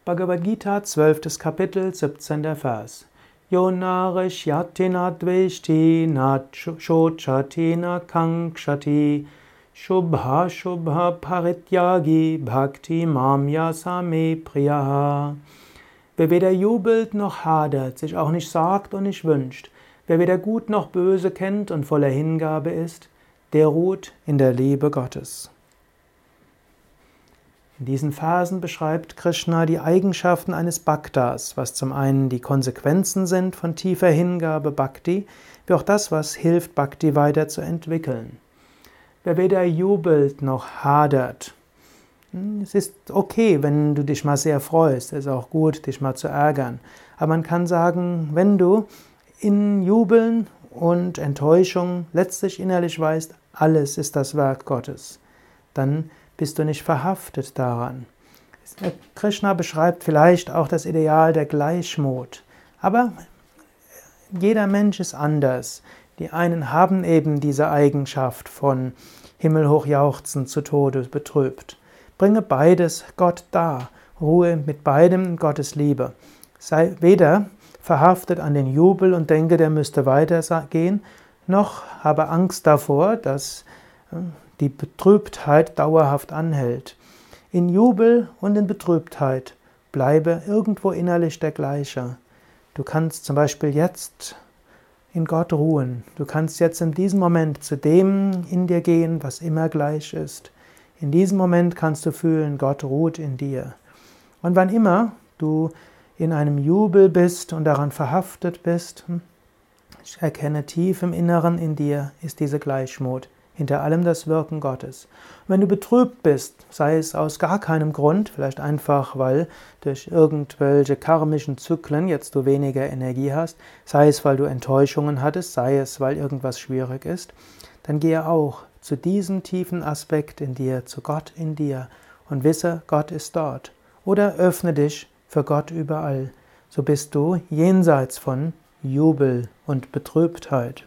Bhagavad Gita, 12. Kapitel, 17. Vers. Yo narishyati na dveshti na shochati na kankshati shubha shubha parityagi bhakti mam yasame priyaha. Wer weder jubelt noch hadert, sich auch nicht sorgt und nicht wünscht, wer weder Gut noch Böse kennt und voller Hingabe ist, der ruht in der Liebe Gottes. In diesen Versen beschreibt Krishna die Eigenschaften eines Bhaktas, was zum einen die Konsequenzen sind von tiefer Hingabe Bhakti, wie auch das, was hilft, Bhakti weiterzuentwickeln. Wer weder jubelt noch hadert. Es ist okay, wenn du dich mal sehr freust, es ist auch gut, dich mal zu ärgern. Aber man kann sagen, wenn du in Jubeln und Enttäuschung letztlich innerlich weißt, alles ist das Werk Gottes, dann bist du nicht verhaftet daran. Krishna beschreibt vielleicht auch das Ideal der Gleichmut. Aber jeder Mensch ist anders. Die einen haben eben diese Eigenschaft von himmelhoch jauchzend zu Tode betrübt. Bringe beides Gott dar. Ruhe mit beidem in Gottes Liebe. Sei weder verhaftet an den Jubel und denke, der müsste weitergehen, noch habe Angst davor, dass die Betrübtheit dauerhaft anhält. In Jubel und in Betrübtheit bleibe irgendwo innerlich der Gleiche. Du kannst zum Beispiel jetzt in Gott ruhen. Du kannst jetzt in diesem Moment zu dem in dir gehen, was immer gleich ist. In diesem Moment kannst du fühlen, Gott ruht in dir. Und wann immer du in einem Jubel bist und daran verhaftet bist, ich erkenne tief im Inneren in dir ist diese Gleichmut. Hinter allem das Wirken Gottes. Und wenn du betrübt bist, sei es aus gar keinem Grund, vielleicht einfach, weil durch irgendwelche karmischen Zyklen jetzt du weniger Energie hast, sei es, weil du Enttäuschungen hattest, sei es, weil irgendwas schwierig ist, dann gehe auch zu diesem tiefen Aspekt in dir, zu Gott in dir und wisse, Gott ist dort. Oder öffne dich für Gott überall. So bist du jenseits von Jubel und Betrübtheit.